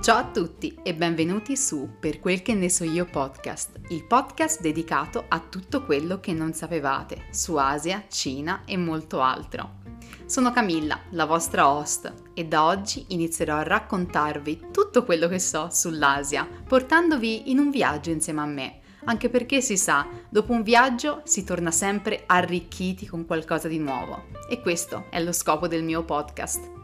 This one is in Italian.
Ciao a tutti e benvenuti su Per quel che ne so io podcast, il podcast dedicato a tutto quello che non sapevate su Asia, Cina e molto altro. Sono Camilla, la vostra host, e da oggi inizierò a raccontarvi tutto quello che so sull'Asia, portandovi in un viaggio insieme a me, anche perché si sa, dopo un viaggio si torna sempre arricchiti con qualcosa di nuovo. E questo è lo scopo del mio podcast.